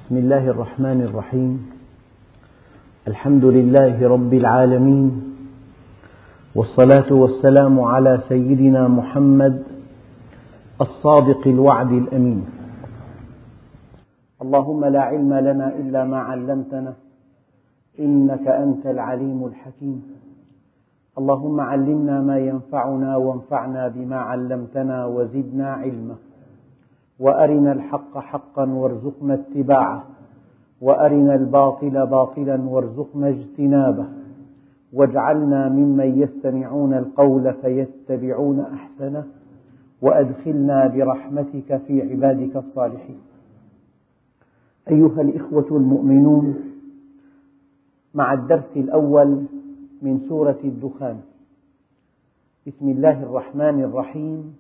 بسم الله الرحمن الرحيم. الحمد لله رب العالمين، والصلاة والسلام على سيدنا محمد الصادق الوعد الأمين. اللهم لا علم لنا إلا ما علمتنا إنك أنت العليم الحكيم. اللهم علمنا ما ينفعنا وانفعنا بما علمتنا وزدنا علما، وأرنا الحق حقا وارزقنا اتباعه، وأرنا الباطل باطلا وارزقنا اجتنابه، واجعلنا ممن يستمعون القول فيتبعون أحسنه، وأدخلنا برحمتك في عبادك الصالحين. أيها الإخوة المؤمنون، مع الدرس الأول من سورة الدخان. بسم الله الرحمن الرحيم.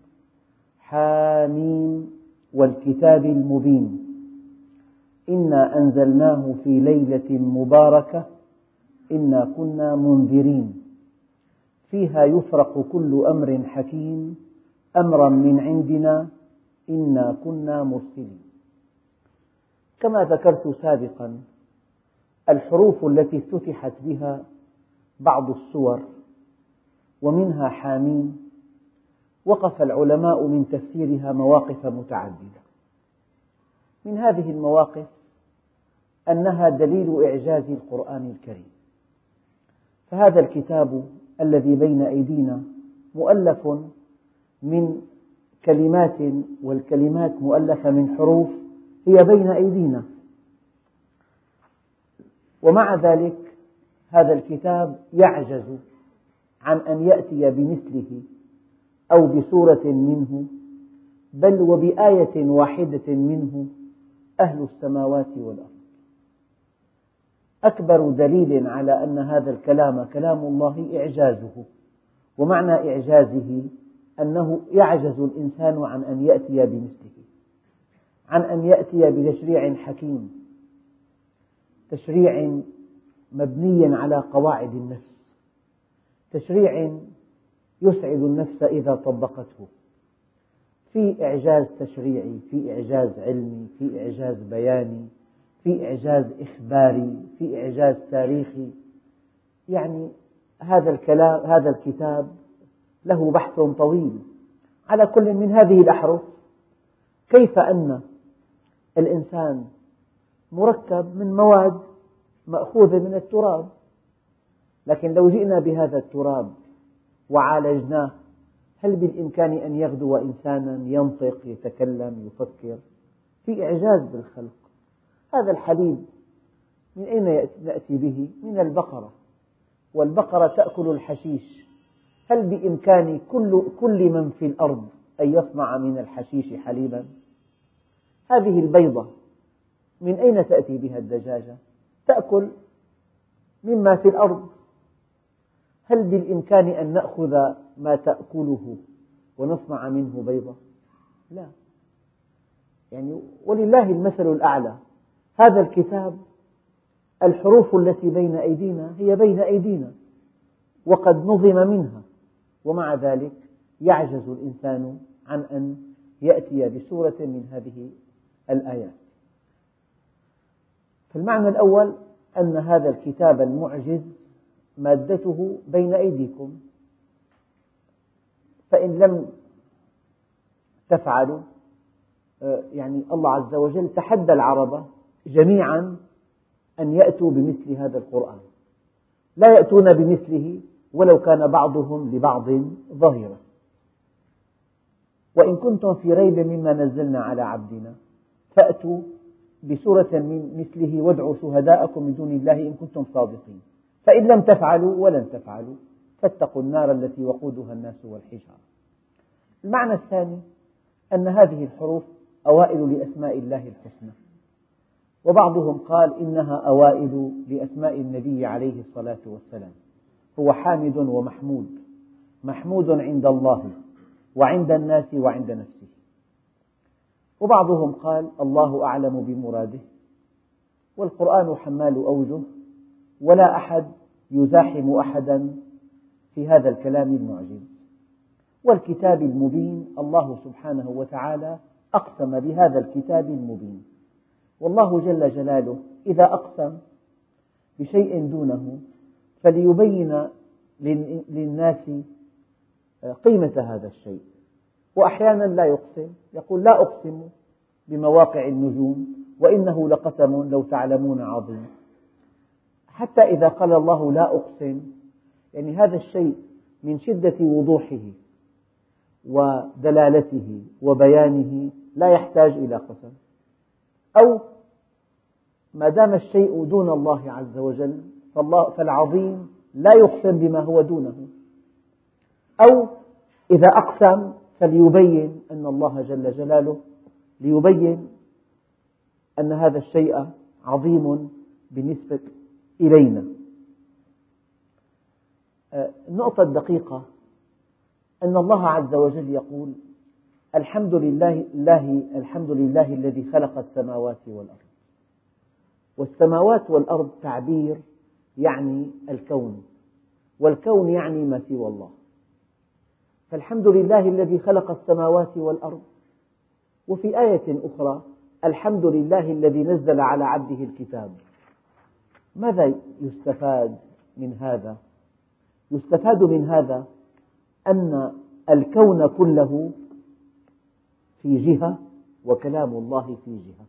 حاميم والكتاب المبين، إنا أنزلناه في ليلة مباركة إنا كنا منذرين فيها يفرق كل أمر حكيم أمرا من عندنا إنا كنا مرسلين. كما ذكرت سابقا، الحروف التي افتتحت بها بعض السور ومنها حاميم وقف العلماء من تفسيرها مواقف متعددة. من هذه المواقف أنها دليل إعجاز القرآن الكريم، فهذا الكتاب الذي بين أيدينا مؤلف من كلمات، والكلمات مؤلفة من حروف هي بين أيدينا، ومع ذلك هذا الكتاب يعجز عن أن يأتي بمثله أو بسورة منه، بل وبآية واحدة منه أهل السماوات والأرض. أكبر دليل على أن هذا الكلام كلام الله إعجازه، ومعنى إعجازه أنه يعجز الإنسان عن أن يأتي بمثله، عن أن يأتي بتشريع حكيم، تشريع مبني على قواعد النفس، تشريع يسعد النفس إذا طبقته، في إعجاز تشريعي، في إعجاز علمي، في إعجاز بياني، في إعجاز إخباري، في إعجاز تاريخي. يعني هذا الكتاب له بحث طويل. على كل من هذه الأحرف، كيف أن الإنسان مركب من مواد مأخوذة من التراب، لكن لو جئنا بهذا التراب وعالجناه، هل بالإمكان أن يغدو إنسانا ينطق، يتكلم، يفكر؟ في إعجاز بالخلق. هذا الحليب من أين نأتي به؟ من البقرة، والبقرة تأكل الحشيش. هل بإمكان كل من في الأرض أن يصنع من الحشيش حليبا؟ هذه البيضة من أين تأتي بها الدجاجة؟ تأكل مما في الأرض. هل بالإمكان أن نأخذ ما تأكله ونصنع منه بيضة؟ لا. يعني ولله المثل الأعلى. هذا الكتاب الحروف التي بين أيدينا هي بين أيدينا وقد نظم منها، ومع ذلك يعجز الإنسان عن أن يأتي بسورة من هذه الآيات. فالمعنى الأول أن هذا الكتاب المعجز مادته بين أيديكم، فإن لم تفعلوا، يعني الله عز وجل تحدى العرب جميعا أن يأتوا بمثل هذا القرآن، لا يأتون بمثله ولو كان بعضهم لبعض ظهيرا. وإن كنتم في ريب مما نزلنا على عبدنا فأتوا بسورة من مثله وادعوا شهداءكم من دون الله إن كنتم صادقين، فإن لم تفعلوا ولن تفعلوا فاتقوا النار التي وقودها الناس والحجارة. المعنى الثاني أن هذه الحروف أوائل لأسماء الله الحسنى، وبعضهم قال إنها أوائل لأسماء النبي عليه الصلاة والسلام. هو حامد ومحمود، محمود عند الله وعند الناس وعند نفسه. وبعضهم قال الله أعلم بمراده، والقرآن حمال أوجه، ولا أحد يزاحم أحدا في هذا الكلام المعجز. والكتاب المبين، الله سبحانه وتعالى أقسم بهذا الكتاب المبين، والله جل جلاله إذا أقسم بشيء دونه فليبين للناس قيمة هذا الشيء، وأحيانا لا يقسم، يقول لا أقسم بمواقع النجوم وإنه لقسم لو تعلمون عظيم. حتى إذا قال الله لا أقسم، يعني هذا الشيء من شدة وضوحه ودلالته وبيانه لا يحتاج إلى قسم، أو ما دام الشيء دون الله عز وجل فالعظيم لا يقسم بما هو دونه، أو إذا أقسم فليبين أن الله جل جلاله ليبين أن هذا الشيء عظيم بالنسبة إلينا. النقطة الدقيقة أن الله عز وجل يقول الحمد لله الذي خلق السماوات والأرض. والسماوات والأرض تعبير يعني الكون، والكون يعني ما سوى الله. فالحمد لله الذي خلق السماوات والأرض. وفي آية أخرى الحمد لله الذي نزل على عبده الكتاب. ماذا يستفاد من هذا؟ يستفاد من هذا أن الكون كله في جهة وكلام الله في جهة.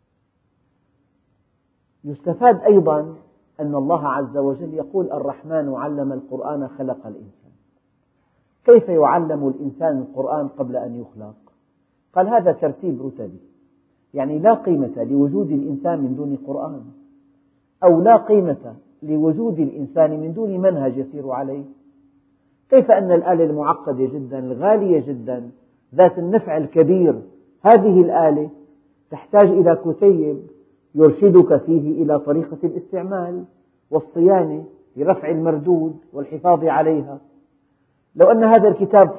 يستفاد أيضا أن الله عز وجل يقول الرحمن علم القرآن خلق الإنسان. كيف يعلم الإنسان القرآن قبل أن يخلق؟ قال هذا ترتيب رتبي، يعني لا قيمة لوجود الإنسان من دون قرآن، أو لا قيمة لوجود الإنسان من دون منهج يسير عليه. كيف أن الآلة المعقدة جدا الغالية جدا ذات النفع الكبير، هذه الآلة تحتاج إلى كتيب يرشدك فيه إلى طريقة الاستعمال والصيانة لرفع المردود والحفاظ عليها. لو أن هذا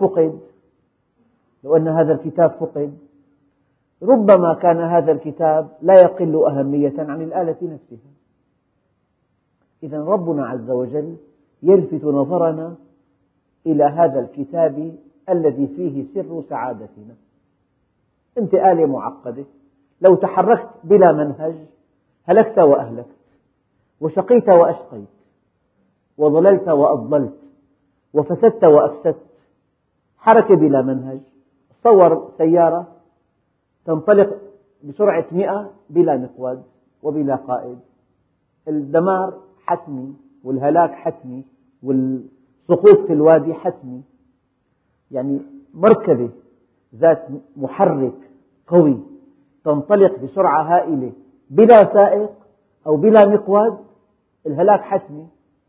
الكتاب فقد ربما كان هذا الكتاب لا يقل أهمية عن الآلة نفسها. إذن ربنا عز وجل يلفت نظرنا إلى هذا الكتاب الذي فيه سر سعادتنا. أنت آلة معقدة، لو تحركت بلا منهج هلكت وأهلكت، وشقيت وأشقيت، وضللت وأضللت، وفسدت وأفسدت. حركة بلا منهج، تصور سيارة تنطلق بسرعة 100 بلا مقود وبلا قائد، الدمار حتمي والهلاك حتمي والسقوط في الوادي حتمي. يعني مركبة ذات محرك قوي تنطلق بسرعة هائلة بلا سائق أو بلا مقود، الهلاك حتمي.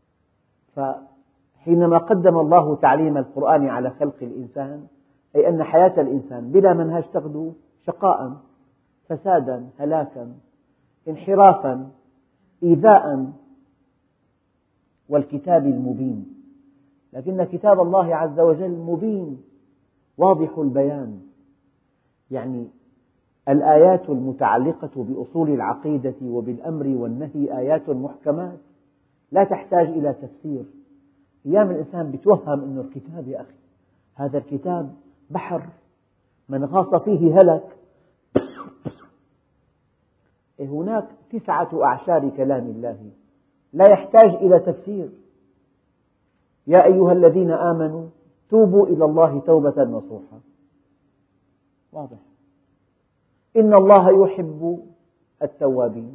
فحينما قدم الله تعليم القرآن على خلق الإنسان، أي أن حياة الإنسان بلا منهج تغدو شقاء، فسادا، هلاكا، انحرافا، إيذاء. والكتاب المبين، لكن كتاب الله عز وجل مبين واضح البيان. يعني الآيات المتعلقة بأصول العقيدة وبالأمر والنهي آيات محكمات لا تحتاج إلى تفسير. أيام الإنسان يتوهم أن الكتاب، يا أخي هذا الكتاب بحر من غاص فيه هلك. هناك 9 أعشار كلام الله لا يحتاج إلى تفسير. يا أيها الذين آمنوا توبوا إلى الله توبة نصوحا، واضح. إن الله يحب التوابين.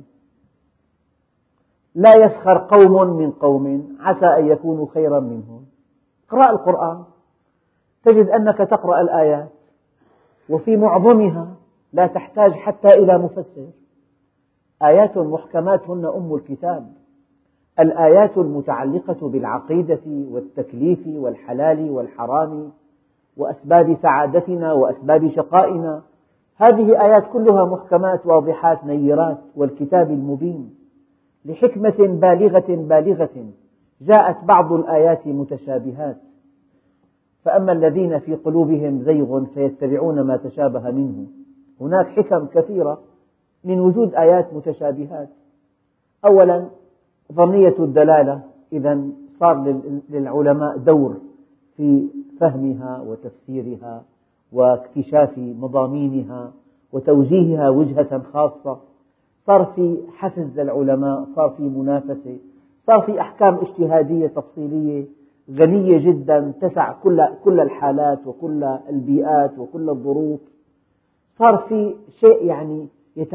لا يسخر قوم من قوم عسى أن يكونوا خيرا منهم. اقرأ القرآن تجد أنك تقرأ الآيات وفي معظمها لا تحتاج حتى إلى مفسر. آيات محكمات هن أم الكتاب. الآيات المتعلقة بالعقيدة والتكليف والحلال والحرام وأسباب سعادتنا وأسباب شقائنا، هذه آيات كلها محكمات واضحات نيرات. والكتاب المبين لحكمة بالغة جاءت بعض الآيات متشابهات، فأما الذين في قلوبهم زيغ فيتبعون ما تشابه منه. هناك حكم كثيرة من وجود آيات متشابهات. أولا ظنية الدلالة، إذن صار للعلماء دور في فهمها وتفسيرها واكتشاف مضامينها وتوجيهها وجهة خاصة. صار في حفز للعلماء، صار في منافسة، صار في أحكام اجتهادية تفصيلية غنية جدا تسع كل الحالات وكل البيئات وكل الظروف. صار في شيء يعني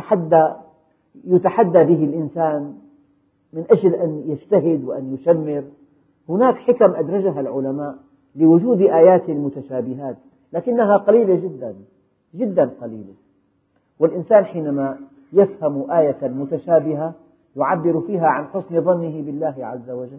يتحدى به الإنسان من أجل أن يجتهد وأن يشمر. هناك حكم أدرجها العلماء لوجود آيات متشابهات، لكنها قليلة جدا جدا قليلة. والإنسان حينما يفهم آية متشابهة يعبر فيها عن حسن ظنه بالله عز وجل.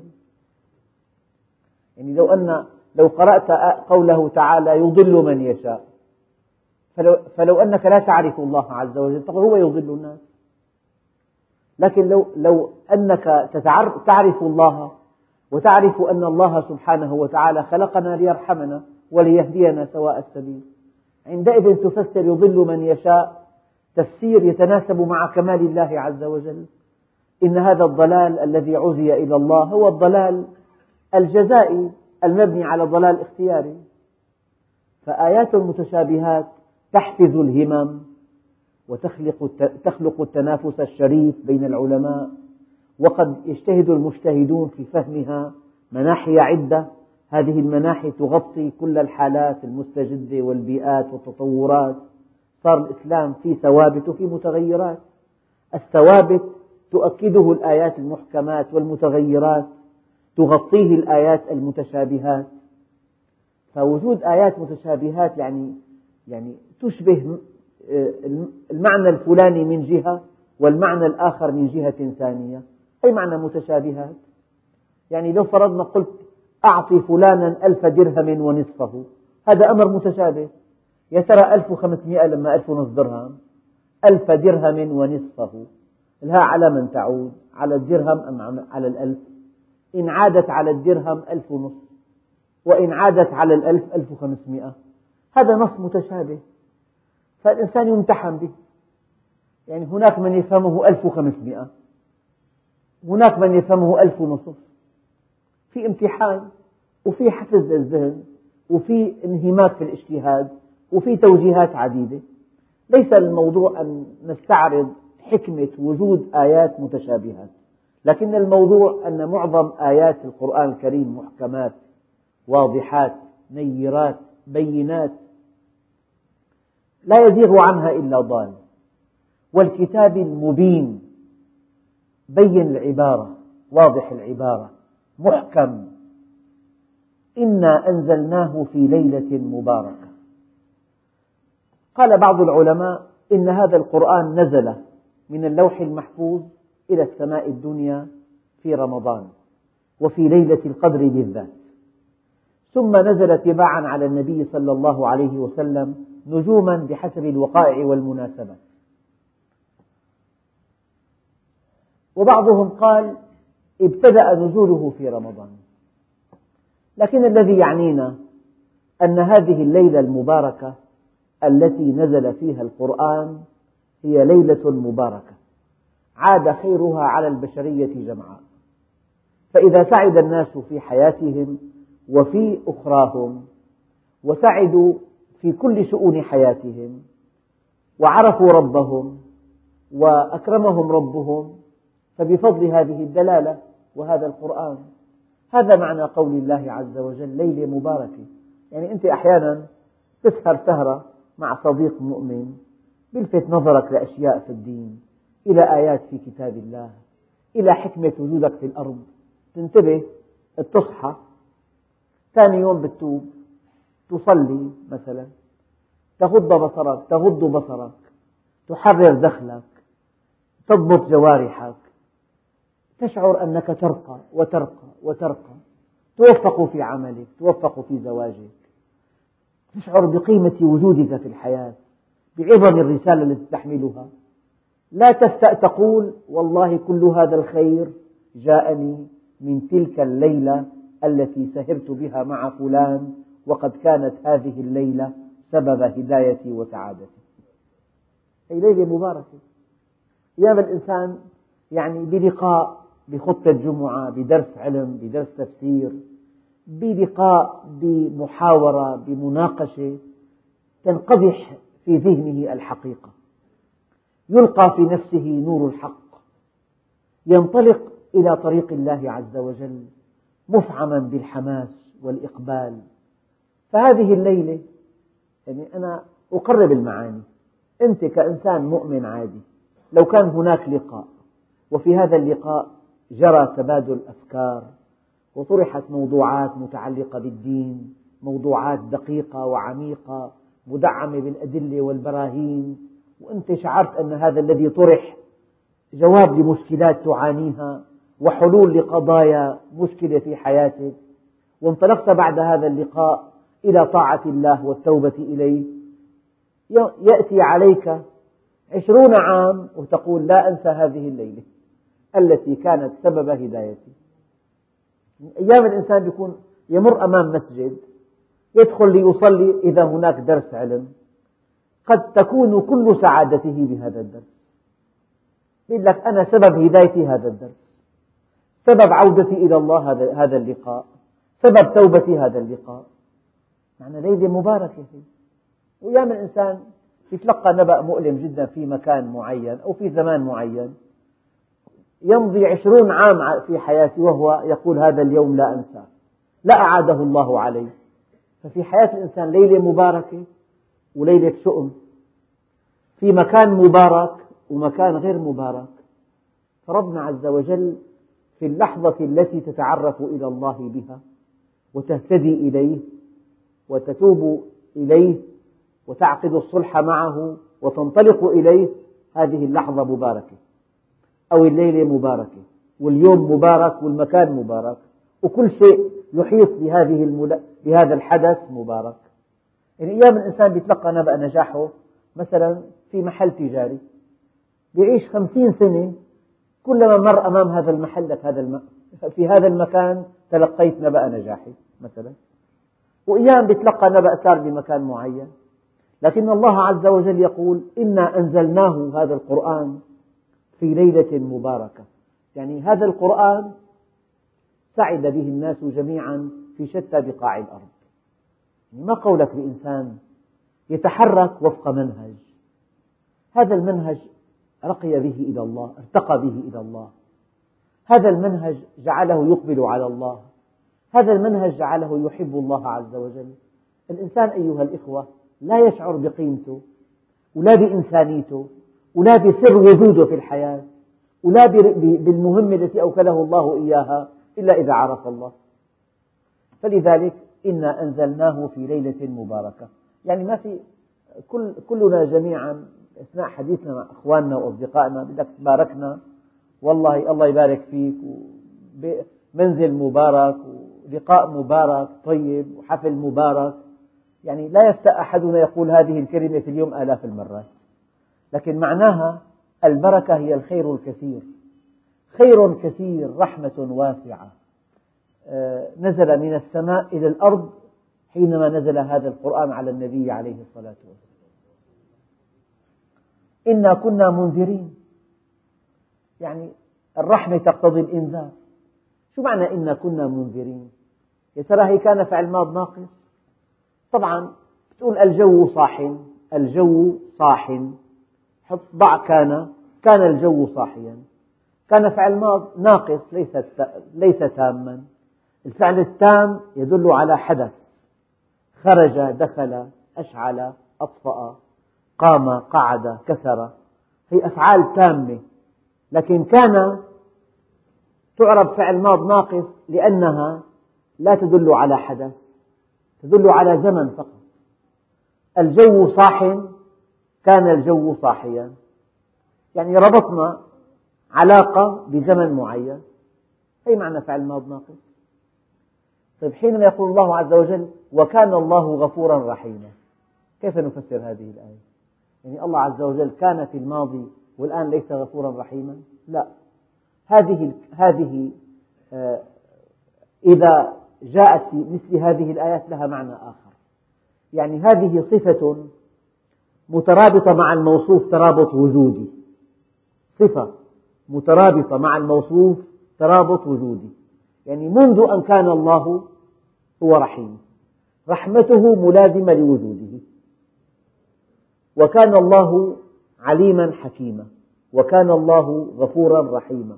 يعني لو قرأت قوله تعالى يضل من يشاء، فلو أنك لا تعرف الله عز وجل تقول هو يضل الناس، لكن لو أنك تعرف الله وتعرف أن الله سبحانه وتعالى خلقنا ليرحمنا وليهدينا سواء السبيل، عندئذ تفسر يضل من يشاء تفسير يتناسب مع كمال الله عز وجل. إن هذا الضلال الذي عزي إلى الله هو الضلال الجزائي المبني على ضلال اختياري. فآيات المتشابهات تحفز الهمم وتخلق التنافس الشريف بين العلماء، وقد يجتهد المجتهدون في فهمها مناحي عدة. هذه المناحي تغطي كل الحالات المستجدة والبيئات والتطورات. صار الإسلام فيه ثوابت وفيه متغيرات، الثوابت تؤكده الآيات المحكمات والمتغيرات تغطيه الآيات المتشابهات. فوجود آيات متشابهات يعني تشبه المعنى الفلاني من جهة والمعنى الآخر من جهة ثانية. أي معنى متشابهات؟ يعني لو فرضنا قلت أعطي فلانا 1000 درهم ونصفه، هذا أمر متشابه. يا ترى 1500 لما 1500 درهم، 1000 درهم ونصفه، الها على من تعود؟ على الدرهم أم على الألف؟ إن عادت على الدرهم 1500، وإن عادت على الألف 1500. هذا نص متشابه، فالإنسان يمتحن به. يعني هناك من يفهمه 1500، هناك من يفهمه 1500. في امتحان وفي حفز للذهن وفي انهماك في الاجتهاد وفي توجيهات عديدة. ليس الموضوع أن نستعرض حكمة وجود آيات متشابهات، لكن الموضوع أن معظم آيات القرآن الكريم محكمات واضحات نيرات بينات لا يزيغ عنها إلا ضال. والكتاب المبين بين العبارة، واضح العبارة، محكم. إنا أنزلناه في ليلة مباركة. قال بعض العلماء إن هذا القرآن نزل من اللوح المحفوظ إلى السماء الدنيا في رمضان وفي ليلة القدر بالذات، ثم نزل تباعا على النبي صلى الله عليه وسلم نجوما بحسب الوقائع والمناسبات. وبعضهم قال ابتدأ نزوله في رمضان، لكن الذي يعنينا أن هذه الليلة المباركة التي نزل فيها القرآن هي ليلة مباركة عاد خيرها على البشرية جمعاء. فإذا سعد الناس في حياتهم وفي أخراهم وسعدوا في كل شؤون حياتهم وعرفوا ربهم وأكرمهم ربهم فبفضل هذه الدلالة وهذا القرآن. هذا معنى قول الله عز وجل ليلة مباركة. يعني أنت أحيانا تسهر سهرة مع صديق مؤمن بيلفت نظرك لأشياء في الدين، إلى آيات في كتاب الله، إلى حكمة وجودك في الأرض، تنتبه، تصحى ثاني يوم بتتوب، تصلي مثلا، تغض بصرك، تحرر دخلك، تضبط جوارحك، تشعر أنك ترقى وترقى وترقى، توفق في عملك، توفق في زواجك، تشعر بقيمة وجودك في الحياة، بعظم الرسالة التي تحملها. لا تفتأ تقول والله كل هذا الخير جاءني من تلك الليلة التي سهرت بها مع فلان، وقد كانت هذه الليلة سبب هدايتي وسعادتي. هي ليلة مباركة. أيام الإنسان يعني بلقاء، بخطبة جمعة، بدرس علم، بدرس تفسير، بلقاء، بمحاورة، بمناقشة، تنقضح في ذهنه الحقيقة. يلقى في نفسه نور الحق، ينطلق إلى طريق الله عز وجل مفعما بالحماس والإقبال. فهذه الليلة أنا أقرب المعاني. أنت كإنسان مؤمن عادي، لو كان هناك لقاء وفي هذا اللقاء جرى تبادل أفكار وطرحت موضوعات متعلقة بالدين، موضوعات دقيقة وعميقة مدعمة بالأدلة والبراهين، وأنت شعرت أن هذا الذي طرح جواب لمشكلات تعانيها وحلول لقضايا مشكلة في حياتك، وانطلقت بعد هذا اللقاء إلى طاعة الله والتوبة إليه، يأتي عليك 20 عام وتقول لا أنسى هذه الليلة التي كانت سبب هدايتي. أيام الإنسان يكون يمر أمام مسجد يدخل ليصلي إذا هناك درس علم، قد تكون كل سعادته بهذا الدرس. يقول لك أنا سبب هدايتي هذا الدرس، سبب عودتي إلى الله هذا اللقاء، سبب توبتي هذا اللقاء. معنى ليلة مباركة. وأيام الإنسان يتلقى نبأ مؤلم جدا في مكان معين أو في زمان معين، يمضي 20 عام في حياته وهو يقول هذا اليوم لا أنساه، لا أعاده الله علي. ففي حياة الإنسان ليلة مباركة وليلة شؤم، في مكان مبارك ومكان غير مبارك. فربنا عز وجل في اللحظة التي تتعرف إلى الله بها وتهتدي إليه وتتوب إليه وتعقد الصلح معه وتنطلق إليه، هذه اللحظة مباركة، أو الليلة مباركة، واليوم مبارك، والمكان مبارك، وكل شيء يحيط بهذا الحدث مبارك. يعني أيام الإنسان يتلقى نبأ نجاحه مثلا في محل تجاري، يعيش 50 سنة كلما مر أمام هذا المحل لك في هذا المكان تلقيت نبأ نجاحي مثلا. وأيام يتلقى نبأ صار بمكان معين. لكن الله عز وجل يقول إنا أنزلناه هذا القرآن في ليلة مباركة، يعني هذا القرآن سعد به الناس جميعا في شتى بقاع الأرض. ما قولك بإنسان يتحرك وفق منهج، هذا المنهج رقي به إلى الله، ارتقى به إلى الله، هذا المنهج جعله يقبل على الله، هذا المنهج جعله يحب الله عز وجل. الإنسان أيها الإخوة لا يشعر بقيمته ولا بإنسانيته ولا بسر وجوده في الحياة ولا بالمهمة التي أوكله الله إياها إلا إذا عرف الله. فلذلك إنا أنزلناه في ليلة مباركة، يعني ما في كلنا جميعا أثناء حديثنا مع أخواننا وأصدقائنا بدك باركنا، والله الله يبارك فيك، منزل مبارك ولقاء مبارك طيب وحفل مبارك. يعني لا يفتأ أحدنا يقول هذه الكلمة في اليوم آلاف المرات، لكن معناها البركة هي الخير الكثير، خير كثير، رحمة واسعة نزل من السماء إلى الأرض حينما نزل هذا القرآن على النبي عليه الصلاة والسلام. إنا كنا منذرين، يعني الرحمة تقتضي الإنذار. شو معنى إنا كنا منذرين؟ يا ترى هي كان فعل ماض ناقص؟ طبعا تقول الجو صاحٍ، الجو صاحٍ، ضع كان الجو صاحيا. كان فعل ماض ناقص ليس تاما. الفعل التام يدل على حدث، خرج، دخل، أشعل، أطفأ، قام، قعد، كسر، هي أفعال تامة. لكن كان تعرب فعل ماض ناقص لأنها لا تدل على حدث، تدل على زمن فقط. الجو صاح، كان الجو صاحيا، يعني ربطنا علاقة بزمن معين، هي معنى فعل ماض ناقص. طيب حينما يقول الله عز وجل وكان الله غفورا رحيما، كيف نفسر هذه الآية؟ يعني الله عز وجل كان في الماضي والآن ليس غفورا رحيما؟ لا، هذه إذا جاءت في مثل هذه الآيات لها معنى آخر. يعني هذه صفة مترابطة مع الموصوف ترابط وجودي، صفة مترابطة مع الموصوف ترابط وجودي. يعني منذ أن كان الله هو رحيم، رحمته ملازمة لوجوده. وكان الله عليما حكيما وكان الله غفورا رحيما.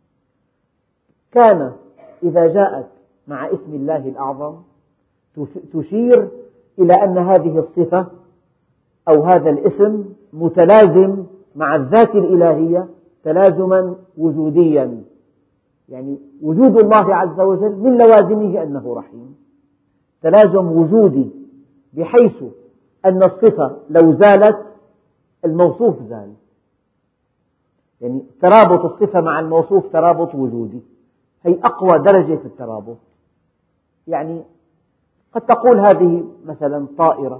كان إذا جاءت مع اسم الله الأعظم تشير إلى أن هذه الصفة أو هذا الاسم متلازم مع الذات الإلهية تلازما وجوديا، يعني وجود الله عز وجل من لوازمه أنه رحيم، تلازم وجودي بحيث أن الصفة لو زالت الموصوف زال، يعني ترابط الصفة مع الموصوف ترابط وجودي، هي أقوى درجة في الترابط. يعني قد تقول هذه مثلا طائرة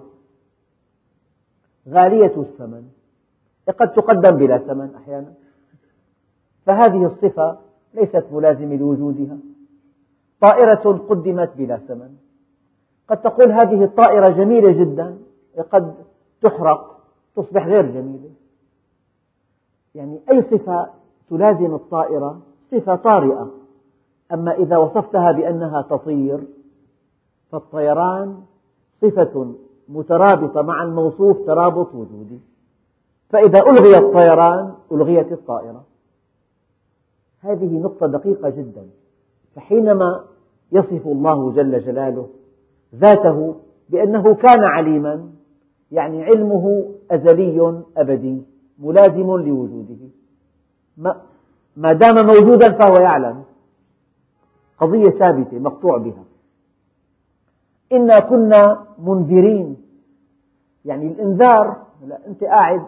غالية الثمن، قد تقدم بلا ثمن أحيانا، فهذه الصفة ليست ملازمة لوجودها. طائرة قدمت بلا ثمن، قد تقول هذه الطائرة جميلة جدا، قد تحرق تصبح غير جميلة. يعني أي صفة تلازم الطائرة صفة طارئة، أما إذا وصفتها بأنها تطير فالطيران صفة مترابطة مع الموصوف ترابط وجودي، فإذا ألغي الطيران ألغيت الطائرة. هذه نقطة دقيقة جدا. فحينما يصف الله جل جلاله ذاته بأنه كان عليما، يعني علمه أزلي أبدي ملازم لوجوده، ما دام موجودا فهو يعلم، قضية ثابتة مقطوع بها. إنا كنا منذرين، يعني الإنذار، أنت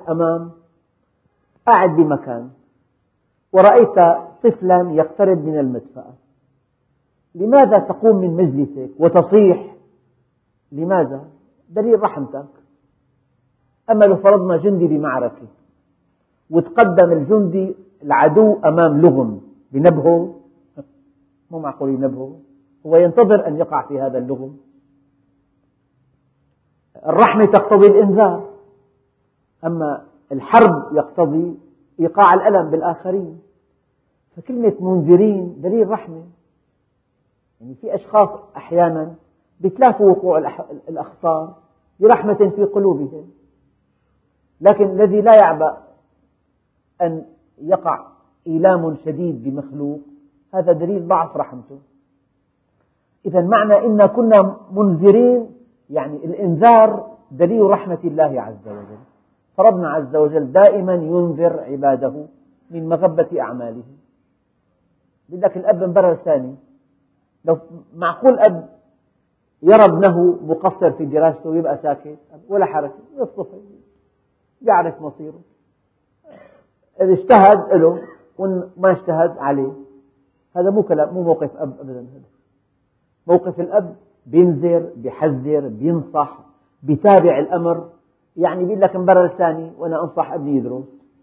قاعد بمكان ورأيت طفلا يقترب من المدفأة، لماذا تقوم من مجلسك وتصيح؟ لماذا؟ دليل رحمتك. أما لو فرضنا جندي بمعركة وتقدم الجندي العدو أمام لغم بنبهه، مو معقول ينبهه، هو ينتظر أن يقع في هذا اللغم. الرحمة تقتضي الإنذار، أما الحرب يقتضي إيقاع الألم بالآخرين. فكلمة منذرين دليل رحمة، يعني في أشخاص أحيانا بيتلافوا وقوع الأخطار برحمة في قلوبهم، لكن الذي لا يعبأ أن يقع إيلام شديد بمخلوق هذا دليل ضعف رحمته. إذا معنى إنا كنا منذرين يعني الإنذار دليل رحمة الله عز وجل، فربنا عز وجل دائما ينذر عباده من مغبة أعماله. بدك الأب مبرر ثاني، لو معقول أب يرى ابنه مقصر في دراسته ويبقى ساكت ولا حركة، يصطفي يعرف مصيره، إذا اجتهد له وإن ما اجتهد عليه. هذا مو موقف أب أبدا. هذا موقف الأب بينذر، بيحذر، بينصح، بيتابع الأمر، يعني بيقول لك مبرر ثاني وأنا أنصح ابني يدرس.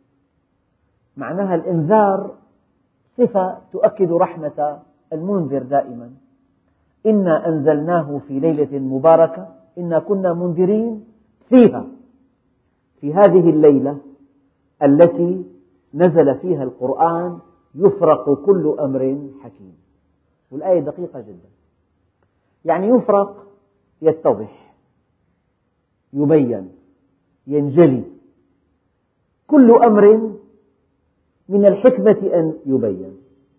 معناها الإنذار صفة تؤكد رحمة المنذر دائما. إنا أنزلناه في ليلة مباركة إنا كنا منذرين فيها، في هذه الليلة التي نزل فيها القرآن يفرق كل أمر حكيم. والآية دقيقة جدا، يعني يفرق يتضح، يبين، ينجلي، كل أمر من الحكمة أن يبين.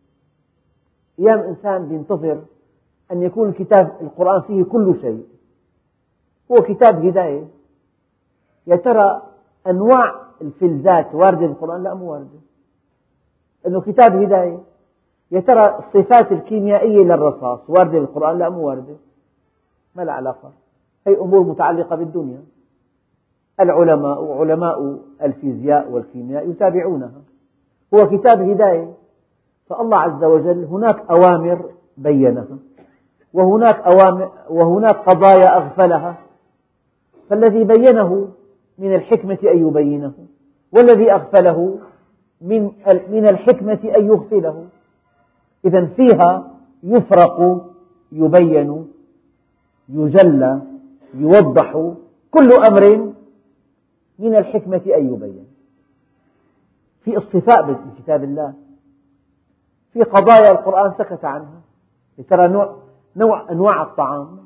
أيام إنسان ينتظر أن يكون كتاب القرآن فيه كل شيء، هو كتاب هداية، يا ترى أنواع الفلزات واردة في القرآن؟ لا، مو واردة، إنه كتاب هداية. يا ترى الصفات الكيميائية للرصاص واردة في القرآن؟ لا، مو واردة، ما لها علاقة، هي أمور متعلقة بالدنيا. العلماء وعلماء الفيزياء والكيمياء يتابعونها، هو كتاب هداية. فالله عز وجل هناك أوامر بينها، وهناك قضايا أغفلها، فالذي بينه من الحكمة أن يبينه، والذي أغفله من الحكمة أن يغفله. إذن فيها يفرق، يبين، يجلى، يوضح كل أمر من الحكمة أن يبين. في اصطفاء بكتاب الله، في قضايا القرآن سكت عنها، ترى أنواع الطعام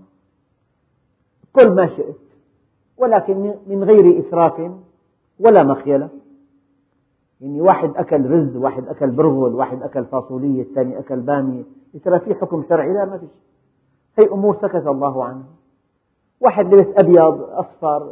كل ما شئت، ولكن من غير إسراف ولا مخيلة، يعني واحد أكل رز، واحد أكل برغل، واحد أكل فاصولية، الثاني أكل بامية، ترى في حكم شرعي؟ لا، ما في شيء، هي أمور سكت الله عنها. واحد لبس أبيض، أصفر،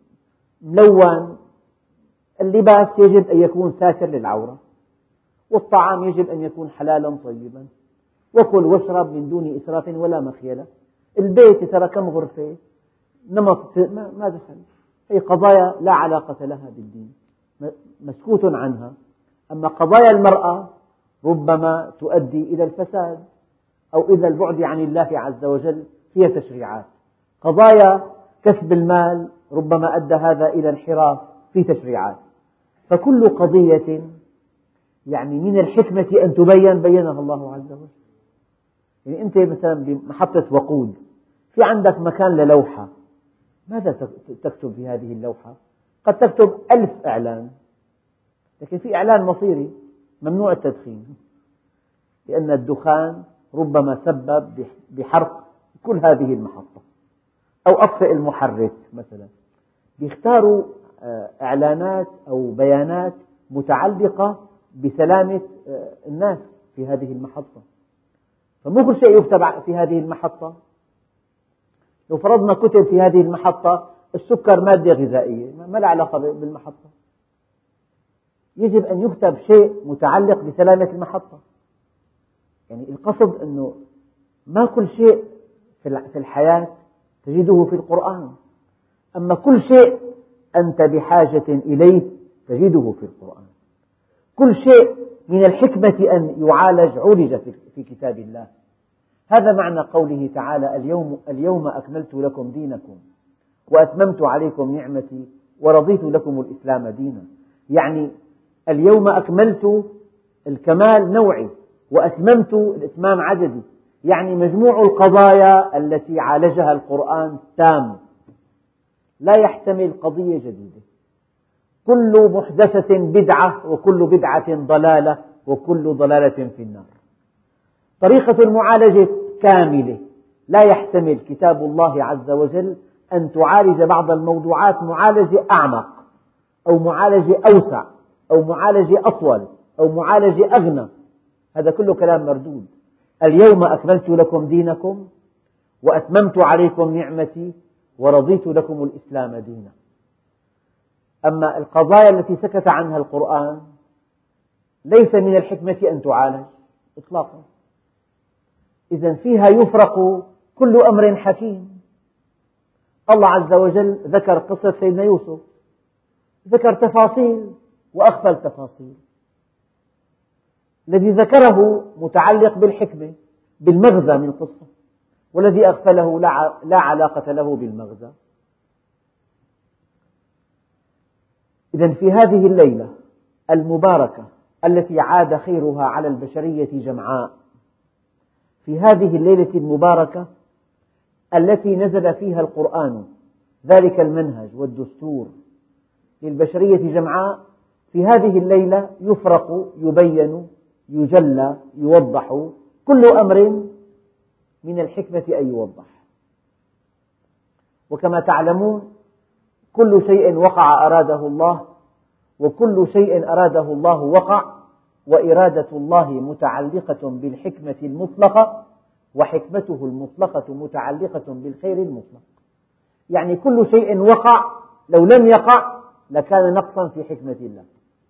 ملون، اللباس يجب أن يكون ساتر للعورة، والطعام يجب أن يكون حلالا طيبا، وكل واشرب من دون إسراف ولا مخيلة. البيت ترى كم غرفة، نمط ما دخل، هي قضايا لا علاقة لها بالدين، مسكوت عنها. أما قضايا المرأة ربما تؤدي إلى الفساد أو إلى البعد عن الله عز وجل، هي تشريعات. قضايا كسب المال ربما أدى هذا إلى انحراف، في تشريعات. فكل قضية يعني من الحكمة أن تبين، بينها الله عز وجل. يعني أنت مثلا بمحطة وقود، في عندك مكان للوحة، ماذا تكتب في هذه اللوحة؟ قد تكتب 1000 إعلان، لكن في إعلان مصيري: ممنوع التدخين، لأن الدخان ربما سبب بحرق كل هذه المحطة، أو أطفئ المحرك مثلا. بيختاروا إعلانات أو بيانات متعلقة بسلامة الناس في هذه المحطة، فمو كل شيء يكتب في هذه المحطة. لو فرضنا كتب في هذه المحطة السكر مادة غذائية، ما له علاقة بالمحطة، يجب أن يكتب شيء متعلق بسلامة المحطة. يعني القصد أنه ما كل شيء في الحياة تجده في القرآن، أما كل شيء أنت بحاجة إليه تجده في القرآن. كل شيء من الحكمة أن يعالج عولج في كتاب الله. هذا معنى قوله تعالى: اليوم أكملت لكم دينكم وأتممت عليكم نعمتي ورضيت لكم الإسلام دينا. يعني اليوم أكملت، الكمال نوعي، وأتممت الإتمام عددي، يعني مجموع القضايا التي عالجها القرآن تام، لا يحتمل قضية جديدة. كل محدثة بدعة، وكل بدعة ضلالة، وكل ضلالة في النار. طريقة المعالجة كاملة، لا يحتمل كتاب الله عز وجل أن تعالج بعض الموضوعات معالجة أعمق، أو معالجة أوسع، أو معالجة أطول، أو معالجة أغنى. هذا كله كلام مردود. اليوم أكملت لكم دينكم وأتممت عليكم نعمتي ورضيت لكم الإسلام دينا. أما القضايا التي سكت عنها القرآن ليس من الحكمة أن تعالج إطلاقا. إذن فيها يفرق كل أمر حكيم. الله عز وجل ذكر قصة سيدنا يوسف، ذكر تفاصيل وأخفى التفاصيل. الذي ذكره متعلق بالحكمة، بالمغزى من القصة، والذي أغفله لا علاقة له بالمغزى. إذن في هذه الليلة المباركة التي عاد خيرها على البشرية جمعاء، في هذه الليلة المباركة التي نزل فيها القرآن، ذلك المنهج والدستور للبشرية جمعاء، في هذه الليلة يفرق، يبين، يجلى، يوضح كل أمر من الحكمة أن يوضح. وكما تعلمون كل شيء وقع أراده الله، وكل شيء أراده الله وقع، وإرادة الله متعلقة بالحكمة المطلقة، وحكمته المطلقة متعلقة بالخير المطلق. يعني كل شيء وقع لو لم يقع لكان نقصا في حكمة الله.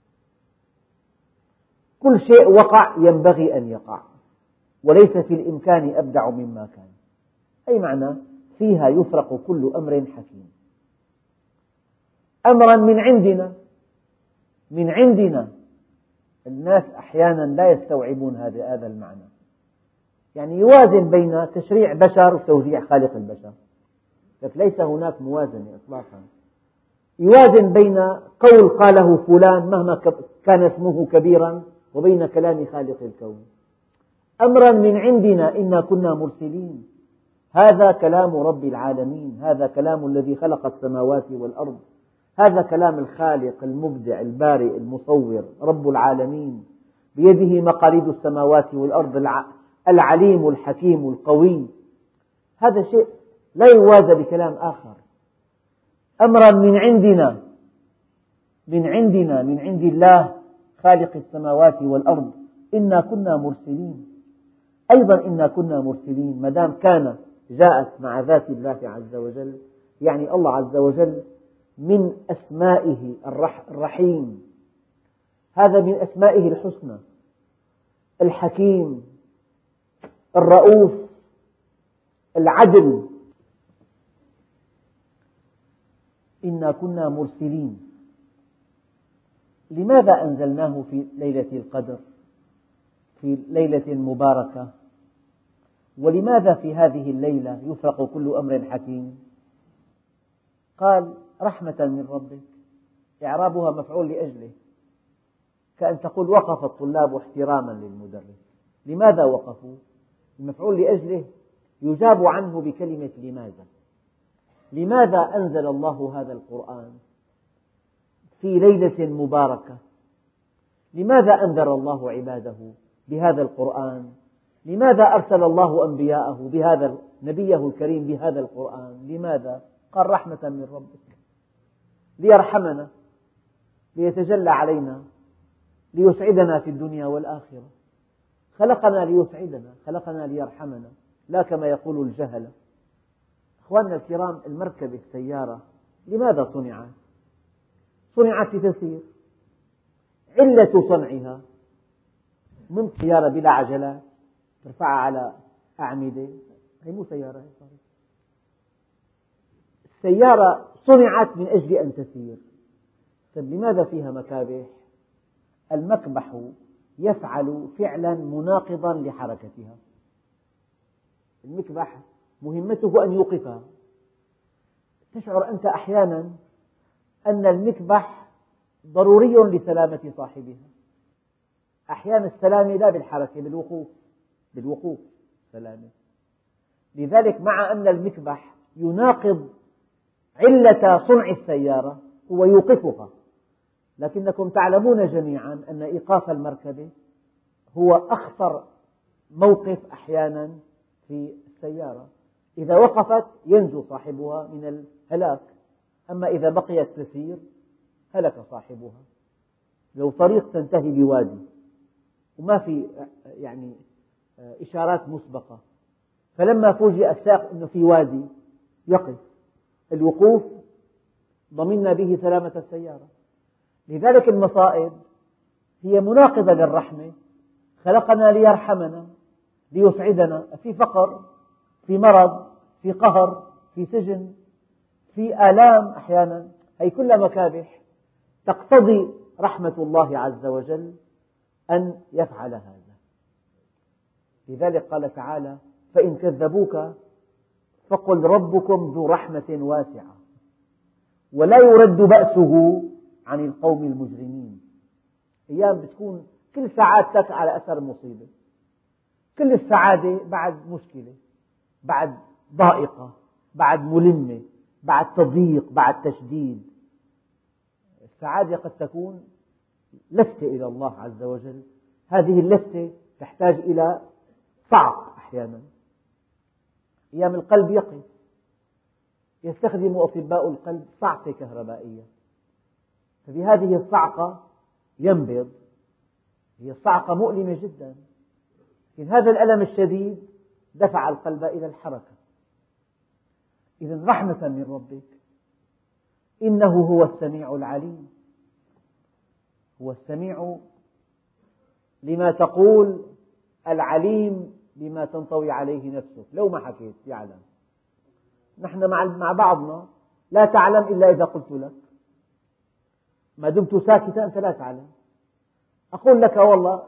كل شيء وقع ينبغي أن يقع، وليس في الإمكان أبدع مما كان. أي معنى فيها يفرق كل أمر حكيم. أمرا من عندنا. الناس أحيانا لا يستوعبون هذا المعنى. يعني يوازن بين تشريع بشر وتوزيع خالق البشر، ليس هناك موازنة إطلاقا. يوازن بين قول قاله فلان مهما كان اسمه كبيرا، وبين كلام خالق الكون. أمرا من عندنا إنا كنا مرسلين، هذا كلام رب العالمين، هذا كلام الذي خلق السماوات والأرض، هذا كلام الخالق المبدع البارئ المصور رب العالمين، بيده مقاليد السماوات والأرض، العليم الحكيم القوي. هذا شيء لا يوازى بكلام آخر. أمرا من عندنا، من عند الله، خالق السماوات والأرض إنا كنا مرسلين. أيضا إنا كنا مرسلين ما دام كان جاءت مع ذات الله عز وجل، يعني الله عز وجل من أسمائه الرحيم، هذا من أسمائه الحسنى، الحكيم، الرؤوف، العدل. إنا كنا مرسلين. لماذا أنزلناه في ليلة القدر، في ليلة مباركة؟ ولماذا في هذه الليلة يفرق كل أمر حكيم؟ قال رحمة من ربك، إعرابها مفعول لأجله، كأن تقول وقف الطلاب احتراما للمدرس. لماذا وقفوا؟ المفعول لأجله يجاب عنه بكلمة لماذا. لماذا أنزل الله هذا القرآن في ليلة مباركة؟ لماذا أنذر الله عباده بهذا القرآن؟ لماذا أرسل الله أنبياءه بهذا نبيه الكريم بهذا القرآن؟ لماذا؟ قال رحمة من ربك، ليرحمنا، ليتجلى علينا، ليسعدنا في الدنيا والآخرة. خلقنا ليسعدنا، خلقنا ليرحمنا، لا كما يقول الجهلة. أخواننا الكرام، المركبة السيارة لماذا صنعت؟ صنعت لتسير. علة صنعها من سيارة بلا عجلات ترفعها على أعمدة، هي مو سيارة. السيارة صنعت من أجل أن تسير. طيب لماذا فيها مكابح؟ المكبح يفعل فعلا مناقضا لحركتها. المكبح مهمته أن يوقفها. تشعر أنت أحيانا أن المكبح ضروري لسلامة صاحبها. أحيانا السلامة لا بالحركة، بالوقوف سلامة. لذلك مع أن المكبح يناقض علة صنع السيارة هو يوقفها، لكنكم تعلمون جميعا أن إيقاف المركبة هو أخطر موقف أحيانا في السيارة. إذا وقفت ينجو صاحبها من الهلاك، أما إذا بقيت تسير هلك صاحبها. لو طريق تنتهي بوادي وما في يعني إشارات مسبقة، فلما فوجئ السائق أنه في وادي يقف. الوقوف ضمننا به سلامة السيارة. لذلك المصائب هي مناقضة للرحمة. خلقنا ليرحمنا، ليسعدنا. في فقر، في مرض، في قهر، في سجن، في آلام أحيانا، هي كلها مكابح تقتضي رحمة الله عز وجل أن يفعل هذا. لذلك قال تعالى فإن كذبوك فقل ربكم ذو رحمة واسعة ولا يرد بأسه عن القوم المجرمين. أيام بتكون كل سعادتك على أثر مصيبة، كل السعادة بعد مشكلة، بعد ضائقة، بعد ملمة، بعد تضييق، بعد تشديد. السعادة قد تكون لفتة إلى الله عز وجل، هذه اللفتة تحتاج إلى صعق. أحيانا أيام القلب يقف، يستخدم أطباء القلب صعقة كهربائية، ففي هذه الصعقة ينبض. هي الصعقة مؤلمة جدا، لكن هذا الألم الشديد دفع القلب إلى الحركة. إذن رحمة من ربك. إنه هو السميع العليم، هو السميع لما تقول، العليم بما تنطوي عليه نفسك. لو ما حكيت يعلم. نحن مع بعضنا لا تعلم إلا إذا قلت لك. ما دمت ساكتا أنت لا تعلم. أقول لك والله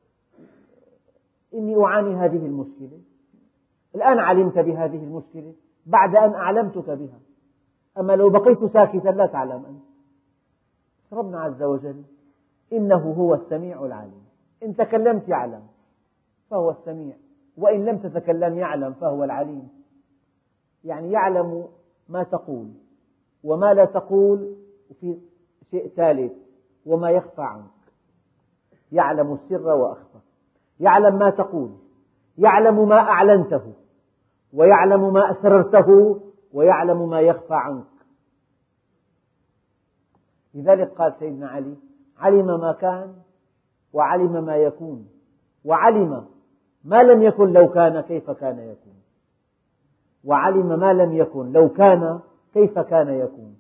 إني أعاني هذه المشكلة، الآن علمت بهذه المشكلة بعد أن أعلمتك بها. أما لو بقيت ساكتا لا تعلم أنت. ربنا عز وجل إنه هو السميع العليم. إن تكلمت يعلم فهو السميع، وإن لم تتكلم يعلم فهو العليم. يعني يعلم ما تقول وما لا تقول، وفي شيء ثالث وما يخفى عنك. يعلم السر وأخفى، يعلم ما تقول، يعلم ما أعلنته، ويعلم ما أسررته، ويعلم ما يخفى عنك. لذلك قال سيدنا علي علم ما كان وعلم ما يكون، وعلم ما لم يكن لو كان كيف كان يكون، وعلم ما لم يكن لو كان كيف كان يكون.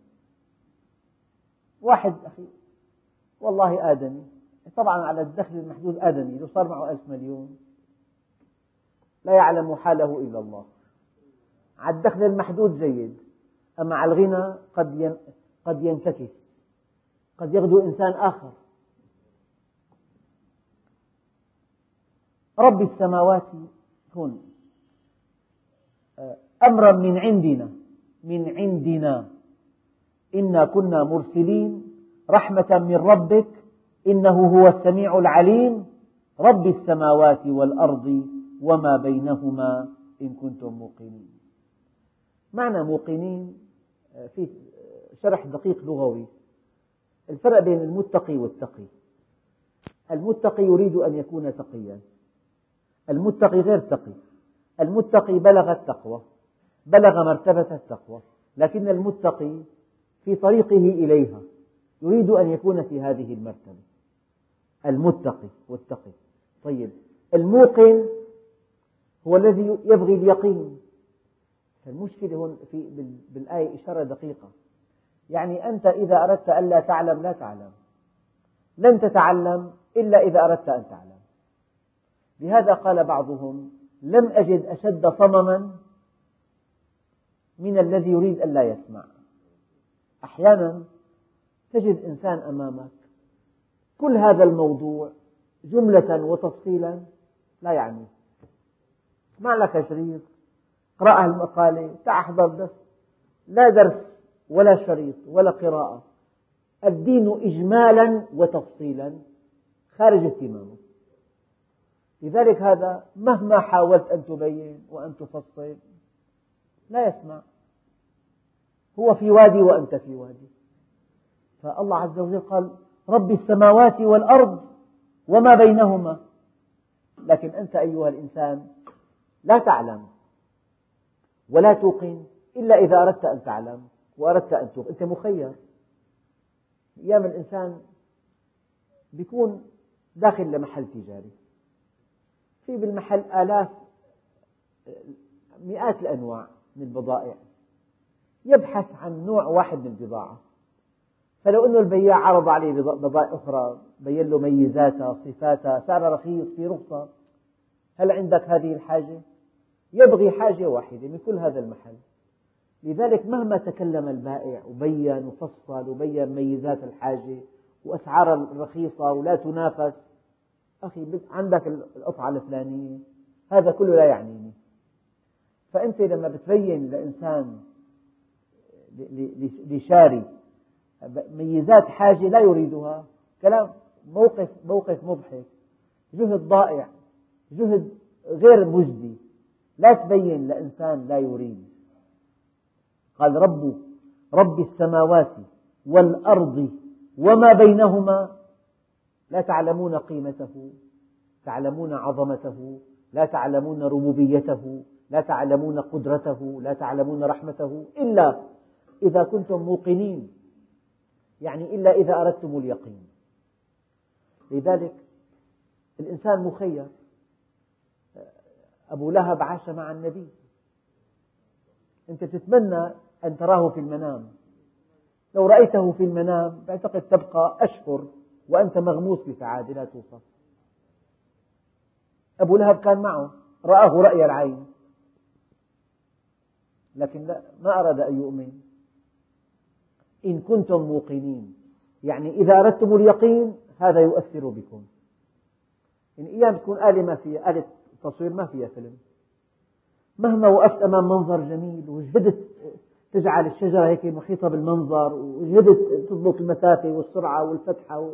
واحد أخي والله آدمي، طبعا على الدخل المحدود آدمي، لو صار معه 1000 مليون لا يعلم حاله إلا الله. على الدخل المحدود جيد، أما على الغنى قد ينتكس، قد يغدو إنسان آخر. رب السماوات هون أمرا من عندنا إنا كنا مرسلين رحمة من ربك إنه هو السميع العليم رب السماوات والأرض وما بينهما إن كنتم موقنين. معنى موقنين في شرح دقيق لغوي. الفرق بين المتقي والتقي: المتقي يريد أن يكون تقيا، المتقي غير تقي. المتقي بلغ التقوى، بلغ مرتبة التقوى، لكن المتقي في طريقه إليها يريد أن يكون في هذه المرتبة. المتقي والتقي. طيب، الموقن هو الذي يبغي اليقين. المشكلة هون بالآية إشارة دقيقة، يعني أنت إذا أردت ألا تعلم لا تعلم، لن تتعلم إلا إذا أردت أن تعلم. لهذا قال بعضهم: لم أجد أشد صمما من الذي يريد أن لا يسمع. أحيانا تجد إنسان أمامك كل هذا الموضوع جملة وتفصيلا لا يعنيه، اسمع لك شريط، اقرأ المقالة، تعال احضر درس، لا درس ولا شريط ولا قراءة، الدين إجمالا وتفصيلا خارج اهتمامه. لذلك هذا مهما حاولت أن تبين وأن تفصل لا يسمع، هو في وادي وأنت في وادي. فالله عز وجل قال: رب السماوات والأرض وما بينهما. لكن أنت أيها الإنسان لا تعلم ولا توقن إلا إذا أردت أن تعلم وأردت أن توقن. أنت مخير. أيام الإنسان يكون داخل لمحل تجاري، في بالمحل آلاف مئات الأنواع من البضائع، يبحث عن نوع واحد من البضاعة، فلو أنه البياع عرض عليه بضائع أخرى، بين له ميزاتها صفاتها، سعرها رخيص، في رخصة، هل عندك هذه الحاجة؟ يبغي حاجة واحدة من كل هذا المحل. لذلك مهما تكلم البائع وبين وفصل وبين ميزات الحاجة وأسعار الرخيصة ولا تنافس، أخي عندك القطعة الفلانية، هذا كله لا يعنيني. فأنت لما بتبين لإنسان لشاري ميزات حاجة لا يريدها، كلام موقف مضحك، جهد ضائع، جهد غير مجدي. لا تبين لإنسان لا يريد. قال: رب السماوات والأرض وما بينهما لا تعلمون قيمته، تعلمون عظمته، لا تعلمون ربوبيته، لا تعلمون قدرته، لا تعلمون رحمته إلا إذا كنتم موقنين، يعني إلا إذا أردتم اليقين. لذلك الإنسان مخير. أبو لهب عاش مع النبي، أنت تتمنى أن تراه في المنام، لو رأيته في المنام بعتقد تبقى أشهر وأنت مغموس بسعادة لا توصف. أبو لهب كان معه، رآه رأي العين، لكن لا، ما أراد أن يؤمن. إن كنتم موقنين، يعني إذا أردتم اليقين هذا يؤثر بكم. إن أيام تكون آلة تصوير ما فيها فيلم، مهما وقفت أمام منظر جميل وجهدت تجعل الشجرة هيك محيطة بالمنظر، وجهدت تضبط المسافة والسرعة والفتحة،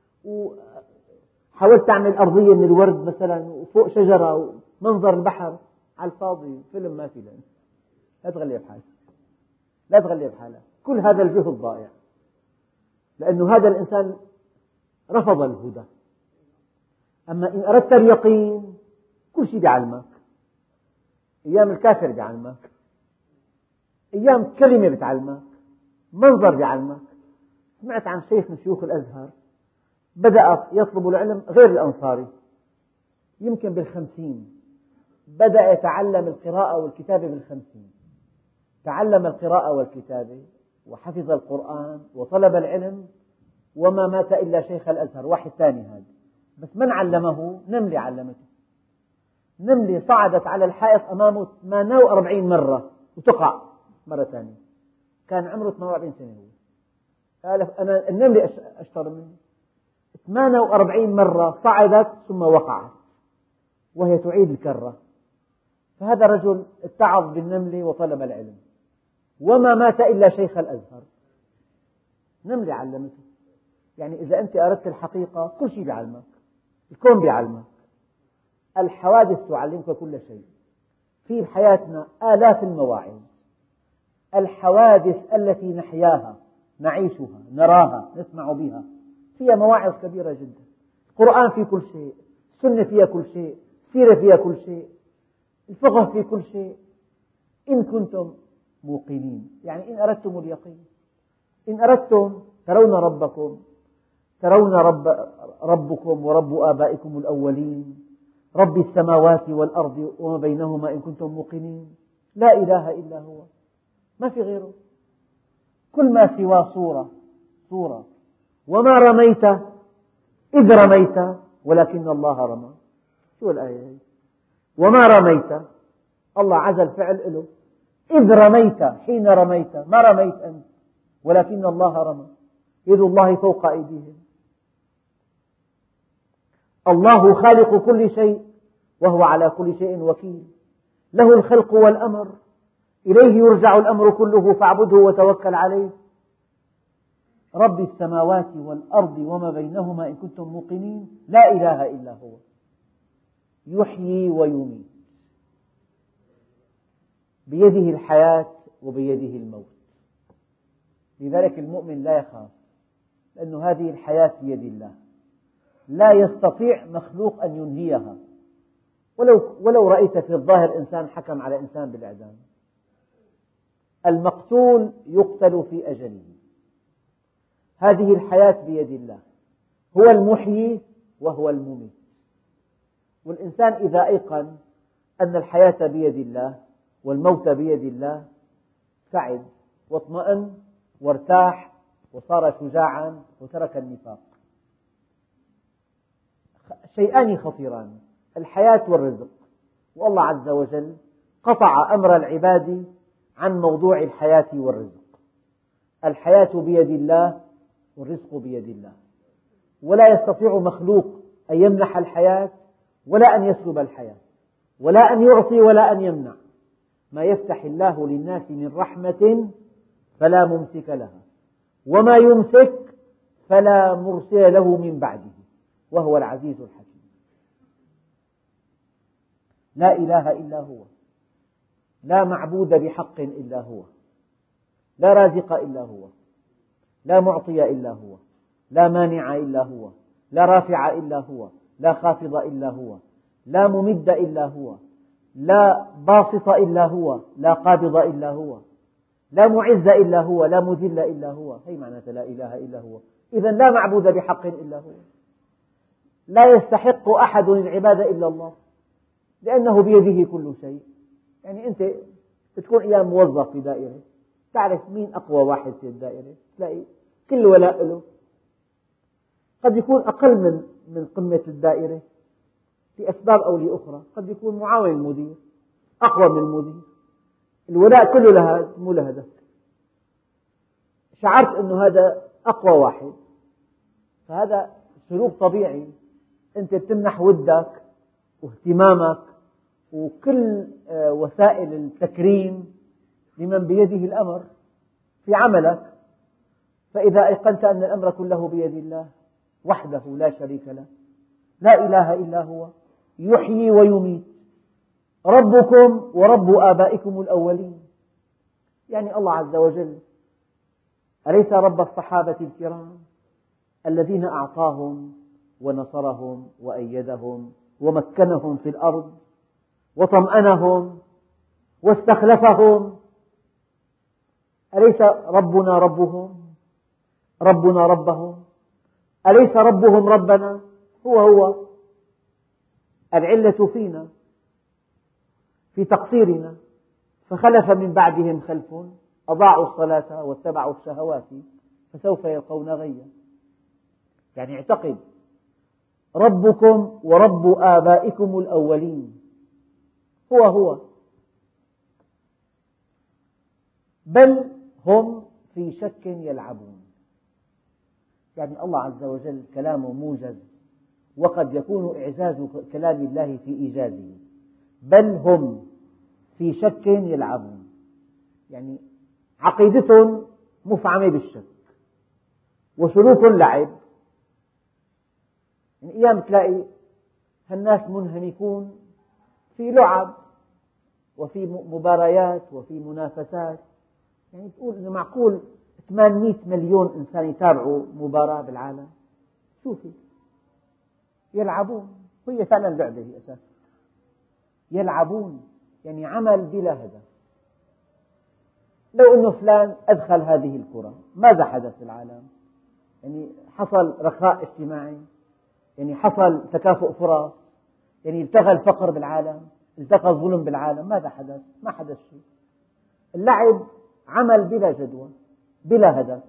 وحاولت تعمل أرضية من الورد مثلا وفوق شجرة ومنظر البحر، على الفاضي، فيلم ما في لأنه. لا تغلي بحالك، لا تغلي بحالك، كل هذا الجهد ضائع، لأنه هذا الإنسان رفض الهدى. أما إن أردت اليقين كل شيء بيعلمك. أيام الكافر بيعلمك، أيام كلمة بتعلمك، منظر بيعلمك. سمعت عن شيخ من شيوخ الأزهر بدأ يطلب العلم غير الأنصاري، يمكن بال50 بدأ يتعلم القراءة والكتابة بال50، تعلم القراءة والكتابة وحفظ القرآن وطلب العلم، وما مات إلا شيخ الأزهر. واحد ثاني هذا، بس من علمه؟ نملة علمته. نملة صعدت على الحائط أمامه 48 مرة وتقع مرة ثانية. كان عمره 48 سنة هو. قال أنا النملة أشطر مني. 48 مرة صعدت ثم وقعت وهي تعيد الكرة. فهذا الرجل اتعظ بالنملة وطلب العلم، وما مات إلا شيخ الأزهر. نملة علمته. يعني إذا أنت أردت الحقيقة كل شيء بيعلمك، الكون بيعلمك، الحوادث تعلمك كل شيء. في حياتنا آلاف المواعظ. الحوادث التي نحياها، نعيشها، نراها، نسمع بها، فيها مواعظ كبيرة جدا. القرآن فيه كل شيء، السنة فيها كل شيء، السيرة فيها كل شيء، الفقه فيه كل شيء، إن كنتم موقنين. يعني إن أردتم اليقين، إن أردتم ترون ربكم، ترون ربكم ورب آبائكم الأولين، رب السماوات والأرض وما بينهما إن كنتم موقنين. لا إله إلا هو، ما في غيره. كل ما سوى صورة. وما رميت إذ رميت ولكن الله رمى. شو الآية هي؟ وما رميت، الله عزل فعل له. إذ رميت، حين رميت، ما رميت أنت ولكن الله رمى. يد الله فوق أيديهم. الله خالق كل شيء وهو على كل شيء وكيل. له الخلق والأمر، إليه يرجع الأمر كله فاعبده وتوكل عليه. رب السماوات والأرض وما بينهما إن كنتم موقنين. لا إله إلا هو، يحيي ويميت، بيده الحياة وبيده الموت. لذلك المؤمن لا يخاف، لأن هذه الحياة بيد الله، لا يستطيع مخلوق أن ينهيها. ولو رأيت في الظاهر إنسان حكم على إنسان بالإعدام، المقتول يقتل في أجله. هذه الحياة بيد الله، هو المحيي وهو المميت. والإنسان إذا أيقن أن الحياة بيد الله والموت بيد الله سعد واطمأن وارتاح وصار شجاعا وترك النفاق. شيئان خطيران، الحياة والرزق. والله عز وجل قطع أمر العباد عن موضوع الحياة والرزق. الحياة بيد الله والرزق بيد الله، ولا يستطيع مخلوق أن يمنح الحياة ولا أن يسلب الحياة، ولا أن يعطي ولا أن يمنع. ما يفتح الله للناس من رحمة فلا ممسك لها، وما يمسك فلا مرسل له من بعده، وهو العزيز الحكيم. لا إله إلا هو، لا معبود بحق إلا هو، لا رازق إلا هو، لا معطي إلا هو، لا مانع إلا هو، لا رافع إلا هو، لا خافض إلا هو، لا ممد إلا هو، لا باسط إلا هو، لا قابض إلا هو، لا معز إلا هو، لا مذل إلا هو. هي معنى لا إله إلا هو. إذن لا معبود بحق إلا هو، لا يستحق أحد العبادة إلا الله، لأنه بيده كل شيء. يعني أنت تكون أيام موظف في دائرة، تعرف مين أقوى واحد في الدائرة، تلاقي كل ولاء له. قد يكون أقل من قمة الدائرة لأسباب أو لأخرى، قد يكون معاون المدير أقوى من المدير، الولاء كله لهذا مو لهذا. شعرت أنه هذا أقوى واحد، فهذا سلوك طبيعي. أنت بتمنح ودك واهتمامك وكل وسائل التكريم لمن بيده الأمر في عملك. فإذا أيقنت أن الأمر كله بيد الله وحده لا شريك له، لا إله إلا هو، يحيي ويميت، ربكم ورب آبائكم الأولين. يعني الله عز وجل أليس رب الصحابة الكرام الذين أعطاهم ونصرهم وأيدهم ومكنهم في الأرض وطمأنهم واستخلفهم؟ أليس ربنا ربهم، ربنا ربهم؟ أليس ربهم ربنا؟ هو العلة فينا، في تقصيرنا. فخلف من بعدهم خلف أضاعوا الصلاة واتبعوا الشهوات فسوف يلقون غيا. يعني اعتقد ربكم ورب آبائكم الأولين هو، بل هم في شك يلعبون. يعني الله عز وجل كلامه موجز، وقد يكون إعجاز كلام الله في إيجازه. بل هم في شك يلعبون، يعني عقيدتهم مفعمة بالشك وسلوكهم لعب. يعني أيام تلاقي هالناس منهمكون في لعب وفي مباريات وفي منافسات. يعني تقول إنه معقول 800 مليون إنسان يتابعوا مباراة بالعالم؟ شوفي، يلعبون، هي فعلا لعبة هي أساسا، يلعبون، يعني عمل بلا هدف. لو أنه فلان أدخل هذه الكرة ماذا حدث في العالم؟ يعني حصل رخاء اجتماعي، يعني حصل تكافؤ فرص، يعني التغى الفقر بالعالم، التقى الظلم بالعالم، ماذا حدث؟ ما حدث شيء. اللعب عمل بلا جدوى بلا هدف.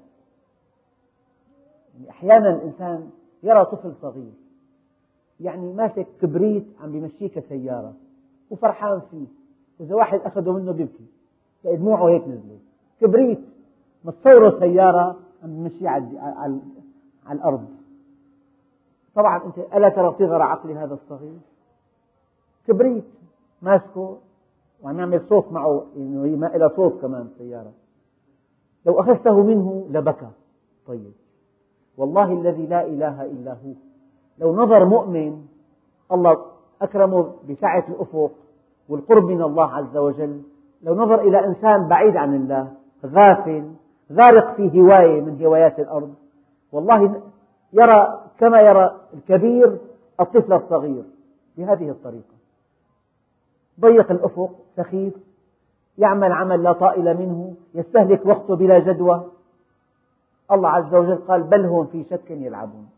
يعني أحيانا الإنسان يرى طفل صغير يعني ماسك كبريت عم بيمشيه كسيارة وفرحان فيه، وإذا واحد أخذه منه بيبكي، تلاقي دموعه هيك نزلت. كبريت متصوره سيارة عم بيمشيه على الأرض. طبعا أنت ألا ترى صغر عقل هذا الصغير؟ كبريت ماسكه وعم يعمل صوت معه، إنه هي ما لها صوت كمان السيارة. لو أخذته منه لبكى. طيب والله الذي لا إله إلا هو، لو نظر مؤمن الله أكرمه بسعة الأفق والقرب من الله عز وجل، لو نظر إلى إنسان بعيد عن الله غافل غارق في هواية من هوايات الأرض، والله يرى كما يرى الكبير الطفل الصغير بهذه الطريقة. ضيق الأفق، سخيف، يعمل عمل لا طائل منه، يستهلك وقته بلا جدوى. الله عز وجل قال بل هم في شك يلعبون.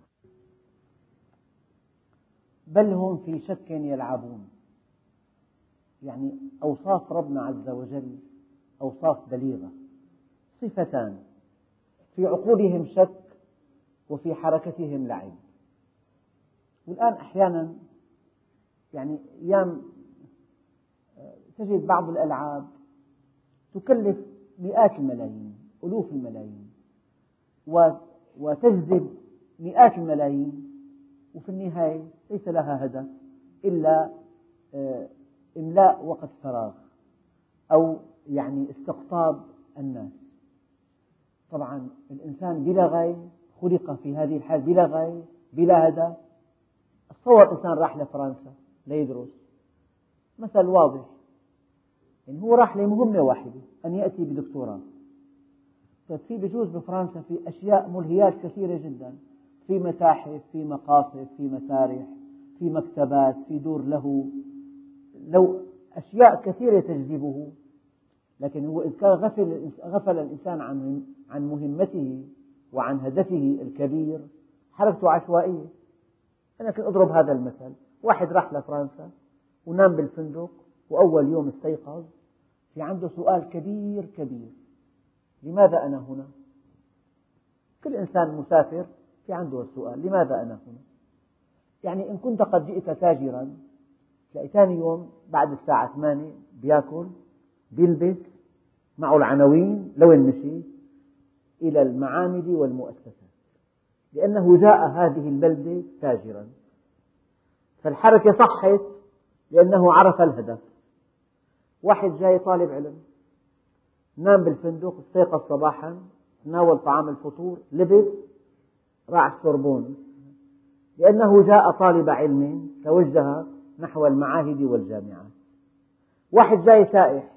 بل هم في شك يلعبون، يعني أوصاف ربنا عز وجل أوصاف بليغة. صفتان: في عقولهم شك وفي حركتهم لعب. والآن أحيانا يعني أيام تجد بعض الألعاب تكلف مئات الملايين، ألوف الملايين، وتجذب مئات الملايين، وفي النهاية ليس لها هدف إلا إملاء وقت فراغ أو يعني استقطاب الناس. طبعا الإنسان بلا غاية خلق في هذه الحال، بلا غاية بلا هدف. تصور إنسان راح لفرنسا ليدرس، مثل واضح، يعني هو راح لمهمة واحدة، أن يأتي بدكتوراه. طيب في بجوز بفرنسا في أشياء ملهيات كثيرة جدا، في متاحف، في مقاصد، في مسارح، في مكتبات، في دور له، لو أشياء كثيرة تجذبه. لكن هو إذا كان غفل الإنسان عن مهمته وعن هدفه الكبير، حركته عشوائية. أنا كنت أضرب هذا المثل: واحد راح لفرنسا ونام بالفندق، وأول يوم استيقظ في عنده سؤال كبير كبير: لماذا أنا هنا؟ كل إنسان مسافر في عنده السؤال: لماذا أنا هنا؟ يعني إن كنت قد جئت تاجرا، تلاقي ثاني يوم بعد الساعة 8 بيأكل، بيلبس، معه العناوين لوين مشي إلى المعامل والمؤسسات، لأنه جاء هذه البلدة تاجرا. فالحركة صحت لأنه عرف الهدف. واحد جاي طالب علم، نام بالفندق، استيقظ صباحا، تناول طعام الفطور، لبس، راح السوربون، لأنه جاء طالب علم توجه نحو المعاهد والجامعات. واحد جاي سائح،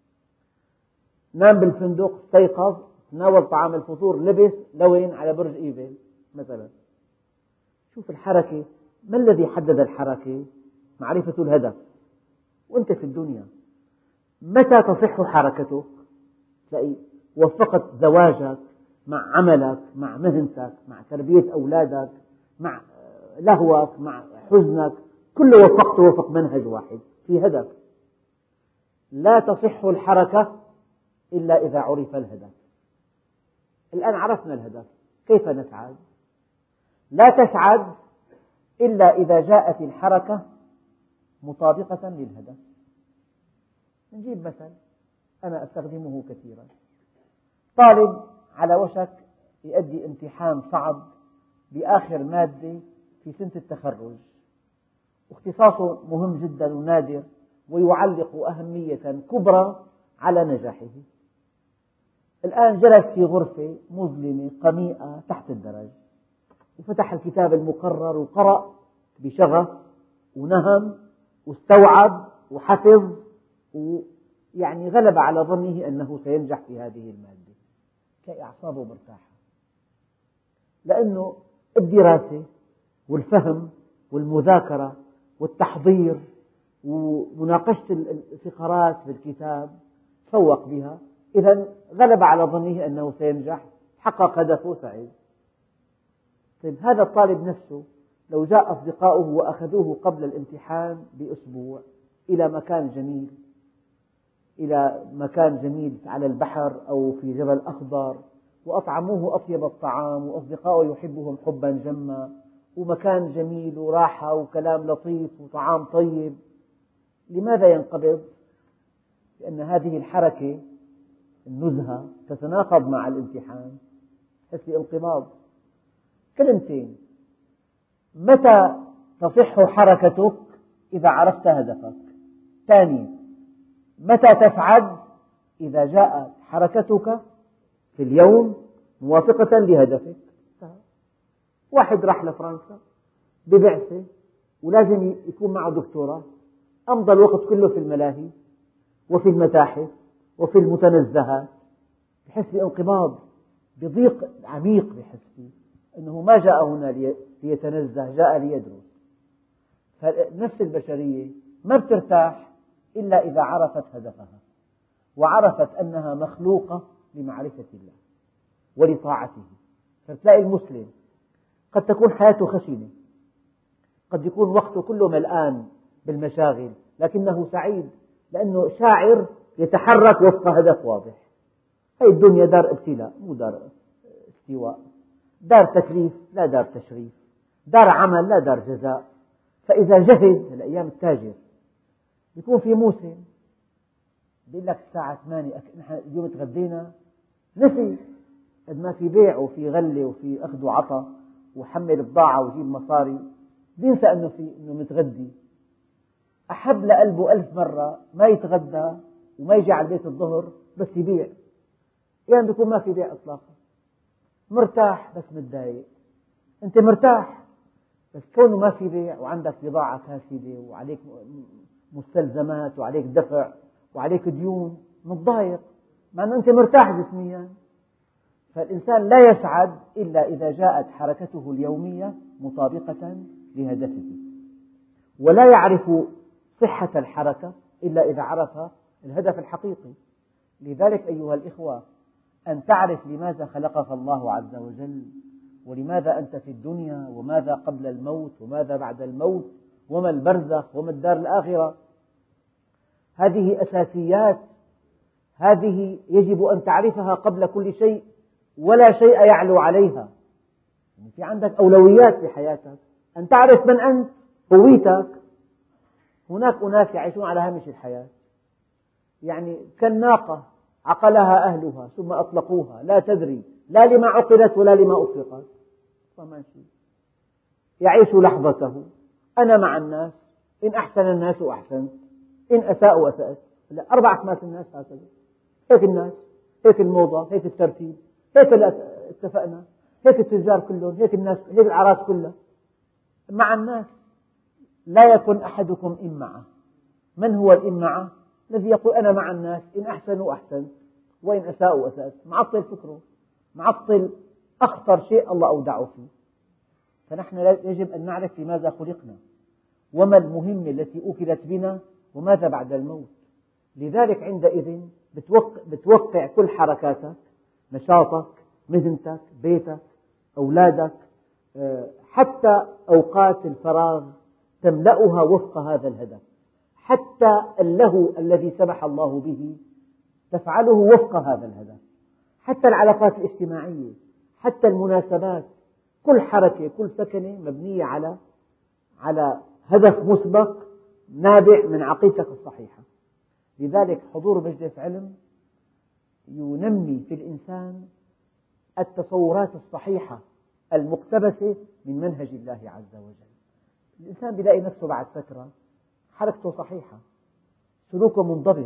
نام بالفندق، استيقظ، تناول طعام الفطور، لبس، لوين؟ على برج إيفل مثلا. شوف الحركة، ما الذي حدد الحركة؟ معرفة الهدف. وأنت في الدنيا متى تصح حركتك؟ تلاقي وفقت زواجك، مع عملك، مع مهنتك، مع تربية أولادك، مع لهوك، مع حزنك، كله وفقته وفق منهج واحد، في هدف. لا تصح الحركة إلا إذا عرف الهدف. الآن عرفنا الهدف، كيف نسعد؟ لا تسعد إلا إذا جاءت الحركة مطابقة للهدف. نجيب مثل أنا أستخدمه كثيرا. طالب على وشك يؤدي امتحان صعب بآخر مادة في سنة التخرج، واختصاصه مهم جدا ونادر، ويعلق أهمية كبرى على نجاحه. الآن جلس في غرفة مظلمة قميئة تحت الدرج، وفتح الكتاب المقرر وقرأ بشغف ونهم واستوعب وحفظ، ويعني غلب على ظنه أنه سينجح في هذه المادة. تلاقي أعصابه مرتاحة، لأنه الدراسة والفهم والمذاكرة والتحضير ومناقشة الفقرات في الكتاب فوق بها، إذا غلب على ظنه أنه سينجح، حقق هدفه، سعيد. طيب هذا الطالب نفسه لو جاء أصدقاؤه وأخذوه قبل الامتحان بأسبوع إلى مكان جميل على البحر أو في جبل أخضر، وأطعموه أطيب الطعام، وأصدقاؤه يحبهم حبا جما، ومكان جميل وراحة وكلام لطيف وطعام طيب، لماذا ينقبض؟ لأن هذه الحركة النزهة تتناقض مع الامتحان، تحس بانقباض. كلمتين: متى تصح حركتك؟ إذا عرفت هدفك. ثاني: متى تسعد؟ إذا جاءت حركتك في اليوم موافقة لهدفك. واحد راح لفرنسا ببعثة ولازم يكون معه دكتوراه، أمضى الوقت كله في الملاهي وفي المتاحف وفي المتنزهات، بحس بانقباض، بضيق عميق، بحس فيه أنه ما جاء هنا ليتنزه، جاء ليدرس. فالنفس البشرية ما بترتاح إلا إذا عرفت هدفها، وعرفت أنها مخلوقة لمعرفة الله ولطاعته. فتلاقي المسلم قد تكون حياته خشنة، قد يكون وقته كله ملآن بالمشاغل، لكنه سعيد لأنه شاعر يتحرك وفق هدف واضح. هذه الدنيا دار ابتلاء مو دار استواء، دار تكليف لا دار تشريف، دار عمل لا دار جزاء. فإذا جهد، الأيام التاجر يكون في موسم، بيقول لك الساعة 8 نحن اليوم تغدينا، نسي قد ما في بيع وفي غلة وفي أخذ وعطاء وحمل بضاعة وجيب مصاري، بينسى أنه متغدي. أحب لقلبه 1000 مرة ما يتغدى وما يجي على البيت الظهر بس يبيع، يعني بيكون ما في بيع إطلاقا، مرتاح بس متضايق. أنت مرتاح بس كونه ما في بيع وعندك بضاعة فاسدة وعليك مستلزمات وعليك دفع وعليك ديون، متضايق مع أنه أنت مرتاح جسميا. فالإنسان لا يسعد إلا إذا جاءت حركته اليومية مطابقة لهدفه، ولا يعرف صحة الحركة إلا إذا عرف الهدف الحقيقي. لذلك أيها الإخوة، أن تعرف لماذا خلقك الله عز وجل، ولماذا أنت في الدنيا، وماذا قبل الموت، وماذا بعد الموت، وما البرزخ، وما الدار الآخرة، هذه أساسيات، هذه يجب أن تعرفها قبل كل شيء، ولا شيء يعلو عليها. في عندك أولويات في حياتك، أن تعرف من أنت، هويتك. هناك أناس يعيشون على هامش الحياة، يعني كالناقة عقلها أهلها ثم أطلقوها، لا تدري لا لما عقلت ولا لما أطلقت، فماشي يعيش لحظته. أنا مع الناس، إن أحسن الناس أحسنت، إن أساءوا أسأت. 4 أخماس الناس هكذا، هيك الناس، هيك الموضة، هيك الترتيب، هيك اتفقنا، هيك التجار كلهم، هيك الناس، هيك الأعراس كلها مع الناس. لا يكن أحدكم إمعة. من هو الإمعة؟ الذي يقول أنا مع الناس، إن أحسنوا أحسنت وإن أساءوا أسأت. معطل فكره، معطل أخطر شيء الله أودعه فيه. فنحن يجب أن نعرف لماذا خلقنا، وما المهمة التي أوكلت بنا، وماذا بعد الموت. لذلك عندئذ بتوقع كل حركاتك، نشاطك، مهنتك، بيتك، أولادك، حتى أوقات الفراغ تملأها وفق هذا الهدف، حتى اللهو الذي سمح الله به تفعله وفق هذا الهدف، حتى العلاقات الاجتماعية، حتى المناسبات، كل حركة كل سكنة مبنية على هدف مسبق نابع من عقيدتك الصحيحة. لذلك حضور مجلس علم ينمي في الإنسان التصورات الصحيحة المقتبسة من منهج الله عز وجل. الإنسان يلاقي نفسه بعد فترة حركته صحيحة، سلوكه منضبط،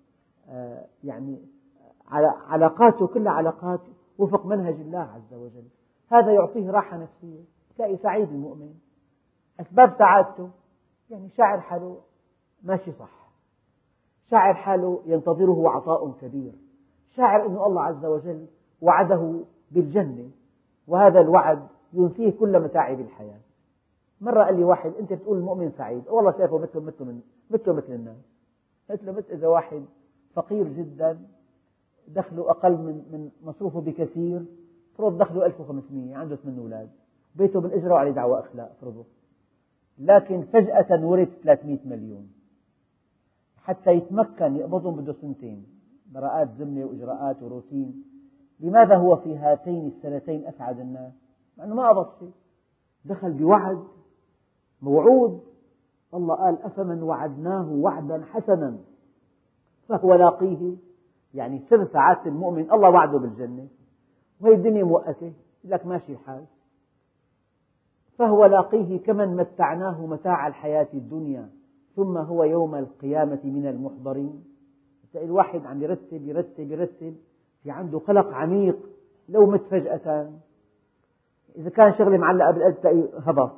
يعني علاقاته كلها علاقات وفق منهج الله عز وجل. هذا يعطيه راحة نفسية، تلاقي سعيد المؤمن. أسباب سعادته يعني شاعر حاله ماشي صح، شاعر حاله ينتظره عطاء كبير، شاعر أن الله عز وجل وعده بالجنة، وهذا الوعد ينسيه كل متاعب الحياة. مرة قال لي واحد: أنت بتقول المؤمن سعيد، والله شايفه مثل الناس، مثل إذا واحد فقير جدا دخله أقل من مصروفه بكثير، فرض دخله 1500، عنده 8 أولاد، بيته بالإجرة وعليه دعوى أخلاء فرضه، لكن فجأة ورث 300 مليون. حتى يتمكن يقبضهم بده سنتين، براءات ذمة وإجراءات وروتين. لماذا هو في هاتين السنتين أسعد الناس؟ لأنه ما قبض شيء، دخل بوعد موعود. الله قال: أفمن وعدناه وعدا حسنا فهو لاقيه. يعني سر سعادة المؤمن الله وعده بالجنة، وهي الدنيا مؤقتة، يقول لك ماشي الحال. فهو لاقيه كمن متعناه متاع الحياة الدنيا ثم هو يوم القيامة من المحضرين. تلاقي الواحد عم يرتب في عنده قلق عميق، لو مت فجأة، إذا كان شغلة معلقة بالقلب تلاقي هبط،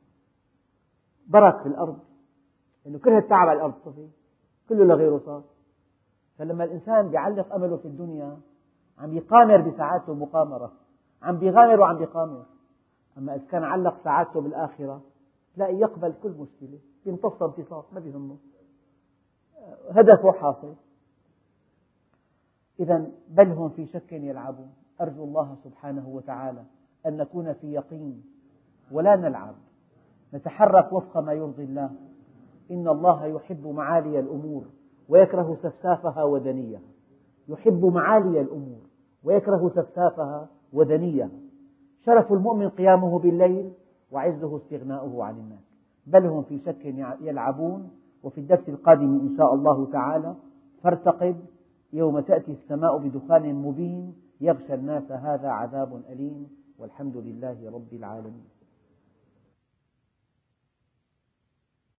برك في الأرض، لأنه كل هالتعب على الأرض صفي، كله لغيره صار. فلما الإنسان يعلق أمله في الدنيا عم يقامر بسعادته مقامرة، عم بيغامر وعم بيقامر. أما إذا كان علق سعادته بالآخرة تلاقي يقبل كل مشكلة، امتص ما بيهمه، هدفه حاصل. إذا بل هم في شك يلعبون. أرجو الله سبحانه وتعالى أن نكون في يقين ولا نلعب، نتحرك وفق ما يرضي الله. إن الله يحب معالي الأمور ويكره سفسافها ودنيها، يحب معالي الأمور ويكره سفسافها ودنيها. شرف المؤمن قيامه بالليل، وعزه استغناؤه عن الناس. بل هم في شك يلعبون. وفي الدرس القادم إن شاء الله تعالى فارتقب يوم تأتي السماء بدخان مبين يغشى الناس، هذا عذاب أليم. والحمد لله رب العالمين.